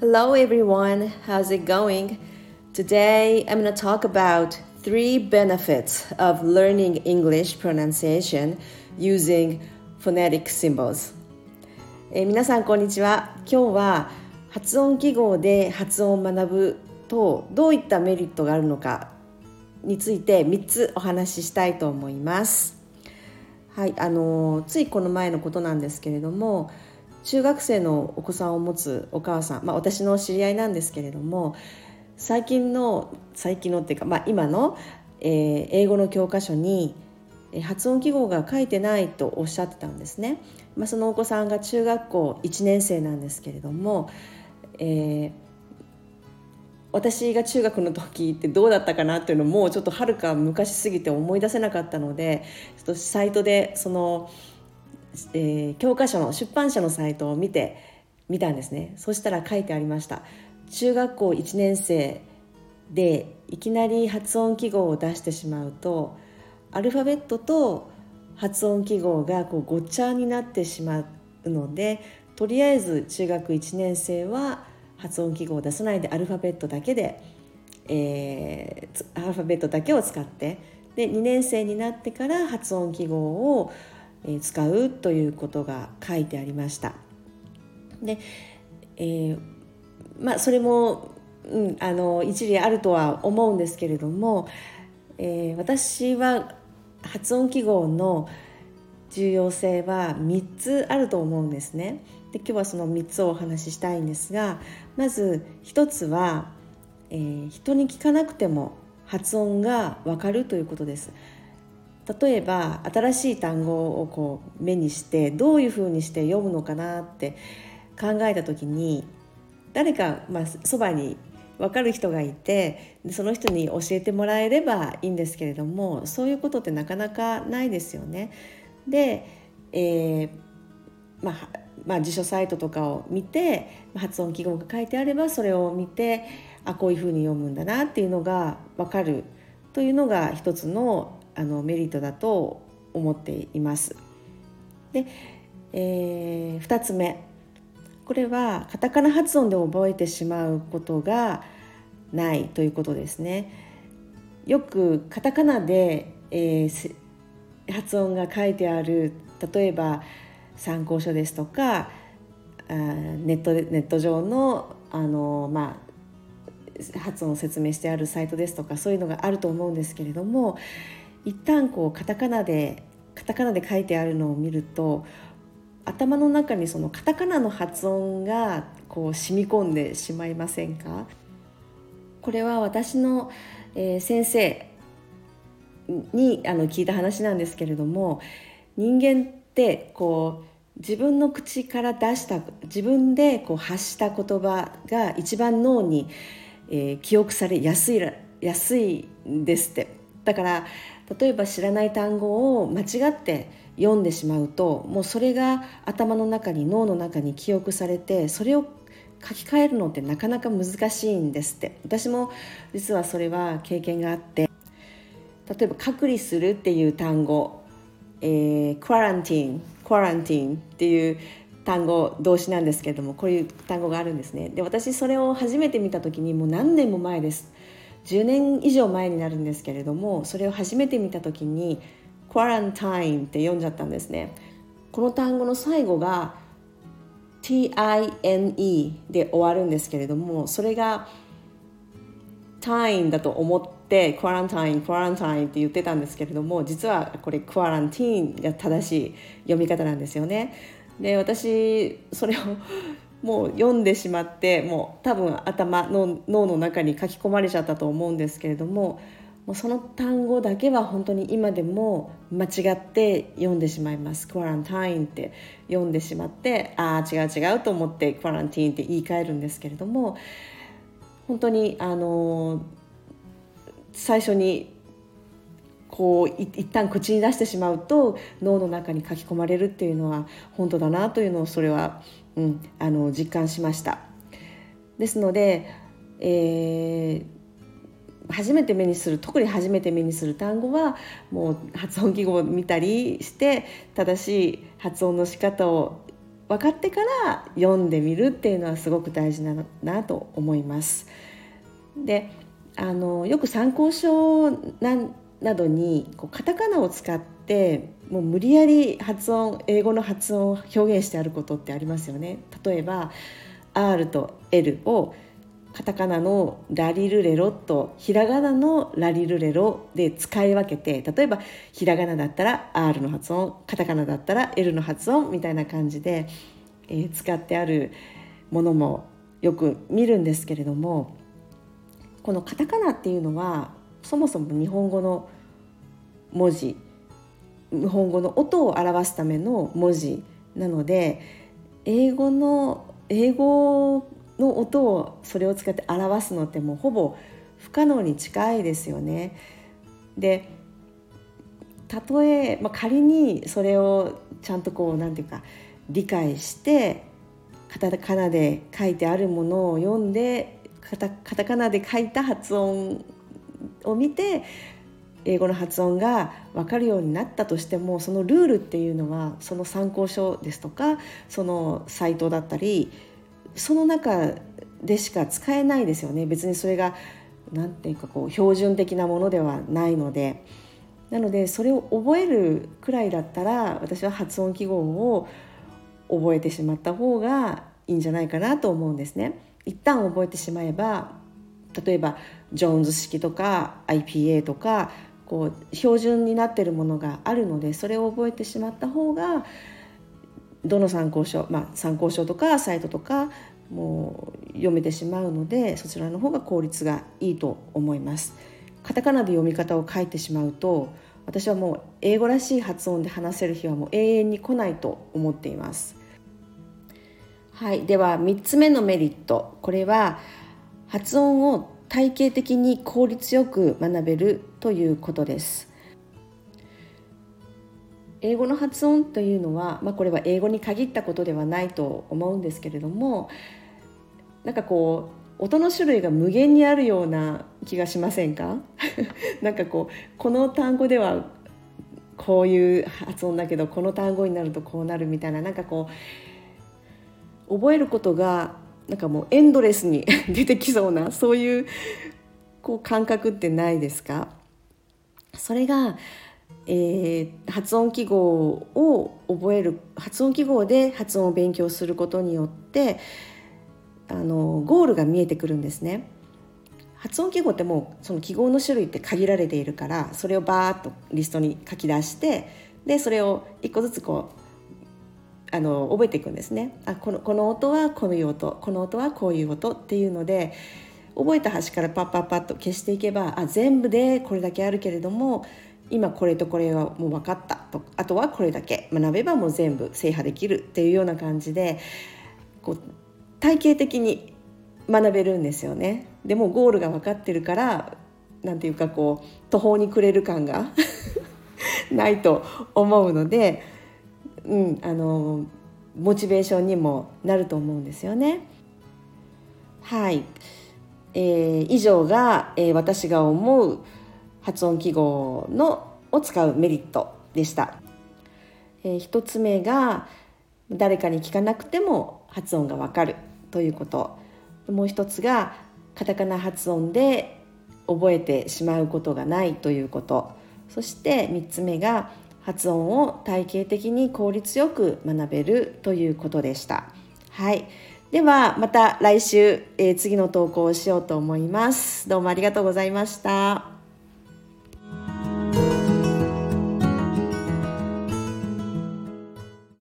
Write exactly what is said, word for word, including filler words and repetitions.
Hello everyone, how's it going? Today I'm going to talk about three benefits of learning English pronunciation using phonetic symbols. えー、皆さんこんにちは。今日は発音記号で発音を学ぶとどういったメリットがあるのかについてみっつお話ししたいと思います。はい、あのついこの前のことなんですけれども、中学生のお子さんを持つお母さん、まあ、私の知り合いなんですけれども、最近の最近のっていうか、まあ、今の、えー、英語の教科書に発音記号が書いてないとおっしゃってたんですね。まあ、そのお子さんが中学校いちねん生なんですけれども、えー、私が中学の時ってどうだったかなっていうのもちょっとはるか昔すぎて思い出せなかったので、ちょっとサイトでそのえー、教科書の出版社のサイトを見てみたんですね。そしたら書いてありました。中学校いちねん生でいきなり発音記号を出してしまうと、アルファベットと発音記号がこうごっちゃになってしまうので、とりあえず中学いちねん生は発音記号を出さないでアルファベットだけで、えー、アルファベットだけを使って、でにねん生になってから発音記号を使うということが書いてありました。で、えー、まあそれも、うん、あの一理あるとは思うんですけれども、えー、私は発音記号の重要性はみっつあると思うんですね。で、今日はそのみっつをお話ししたいんですが、まずひとつは、えー、人に聞かなくても発音がわかるということです。例えば新しい単語をこう目にしてどういうふうにして読むのかなって考えた時に、誰か、まあ、そばに分かる人がいて、その人に教えてもらえればいいんですけれども、そういうことってなかなかないですよね。で、えーまあまあ、辞書サイトとかを見て発音記号が書いてあればそれを見て、あこういうふうに読むんだなっていうのが分かるというのが一つのあのメリットだと思っています。で、えー、ふたつめ、これはカタカナ発音で覚えてしまうことがないということですね。よくカタカナで、えー、発音が書いてある、例えば参考書ですとか、あネットでネット上の、あの、まあ、発音を説明してあるサイトですとか、そういうのがあると思うんですけれども、一旦こうカタカナでカタカナで書いてあるのを見ると、頭の中にそのカタカナの発音がこう染み込んでしまいませんか？これは私の、えー、先生にあの聞いた話なんですけれども、人間ってこう自分の口から出した自分でこう発した言葉が一番脳に、えー、記憶されやすいやすいんですって。だから例えば知らない単語を間違って読んでしまうと、もうそれが頭の中に脳の中に記憶されて、それを書き換えるのってなかなか難しいんですって。私も実はそれは経験があって、例えば隔離するっていう単語、えー、クアランティーンクアランティーンっていう単語動詞なんですけれども、こういう単語があるんですね。で、私それを初めて見た時にもう何年も前です。じゅうねん以上前になるんですけれども、それを初めて見た時にクアランタインって読んじゃったんですね。この単語の最後が ティーアイエヌイー で終わるんですけれども、それがタインだと思ってクアランタインクアランタインって言ってたんですけれども、実はこれクアランティーンが正しい読み方なんですよね。で、私それをもう読んでしまって、もう多分頭の脳の中に書き込まれちゃったと思うんですけれども、もうその単語だけは本当に今でも間違って読んでしまいます。クアランタインって読んでしまって、ああ違う違うと思ってクアランティーンって言い換えるんですけれども、本当にあの最初にこう一旦口に出してしまうと脳の中に書き込まれるっていうのは本当だなというのを、それは、うん、あの実感しました。ですので、えー、初めて目にする特に初めて目にする単語はもう発音記号を見たりして正しい発音の仕方を分かってから読んでみるっていうのはすごく大事なのなと思います。で、あのよく参考書ななどにこうカタカナを使ってもう無理やり発音英語の発音を表現してあることってありますよね。例えば R と L をカタカナのラリルレロとひらがなのラリルレロで使い分けて、例えばひらがなだったら R の発音、カタカナだったら L の発音みたいな感じで、えー、使ってあるものもよく見るんですけれども、このカタカナっていうのはそもそも日本語の文字、日本語の音を表すための文字なので、英語の英語の音をそれを使って表すのってもうほぼ不可能に近いですよね。で、たとえ、まあ、仮にそれをちゃんとこうなんていうか理解してカタカナで書いてあるものを読んでカタ、カタカナで書いた発音を見て英語の発音が分かるようになったとしても、そのルールっていうのはその参考書ですとかそのサイトだったりその中でしか使えないですよね。別にそれがなんていうかこう標準的なものではないので、なのでそれを覚えるくらいだったら私は発音記号を覚えてしまった方がいいんじゃないかなと思うんですね。一旦覚えてしまえば、例えばジョーンズ式とか アイピーエー とかこう標準になっているものがあるので、それを覚えてしまった方がどの参考書、まあ、参考書とかサイトとかもう読めてしまうので、そちらの方が効率がいいと思います。カタカナで読み方を書いてしまうと、私はもう英語らしい発音で話せる日はもう永遠に来ないと思っています。はい、ではみっつめのメリット、これは発音を体系的に効率よく学べるということです。英語の発音というのは、まあ、これは英語に限ったことではないと思うんですけれども、なんかこう音の種類が無限にあるような気がしませんかなんかこうこの単語ではこういう発音だけどこの単語になるとこうなるみたいな、なんかこう覚えることがなんかもうエンドレスに出てきそうな、そういう、こう感覚ってないですか？それがえー、発音記号を覚える、発音記号で発音を勉強することによってあのゴールが見えてくるんですね。発音記号ってもうその記号の種類って限られているから、それをバーッとリストに書き出して、でそれを一個ずつこうあの覚えていくんですね。あ、この、この音はこういう音、この音はこういう音っていうので、覚えた端からパッパッパッと消していけば、あ、全部でこれだけあるけれども今これとこれはもう分かったと、あとはこれだけ学べばもう全部制覇できるっていうような感じで、こう体系的に学べるんですよね。でもゴールが分かってるから、なんていうかこう途方に暮れる感がないと思うので、うん、あのモチベーションにもなると思うんですよね。はい、えー、以上が、えー、私が思う発音記号のを使うメリットでした。えー、一つ目が誰かに聞かなくても発音がわかるということ。もう一つがカタカナ発音で覚えてしまうことがないということ。そして三つ目が発音を体系的に効率よく学べるということでした。はい。ではまた来週、えー、次の投稿をしようと思います。どうもありがとうございました。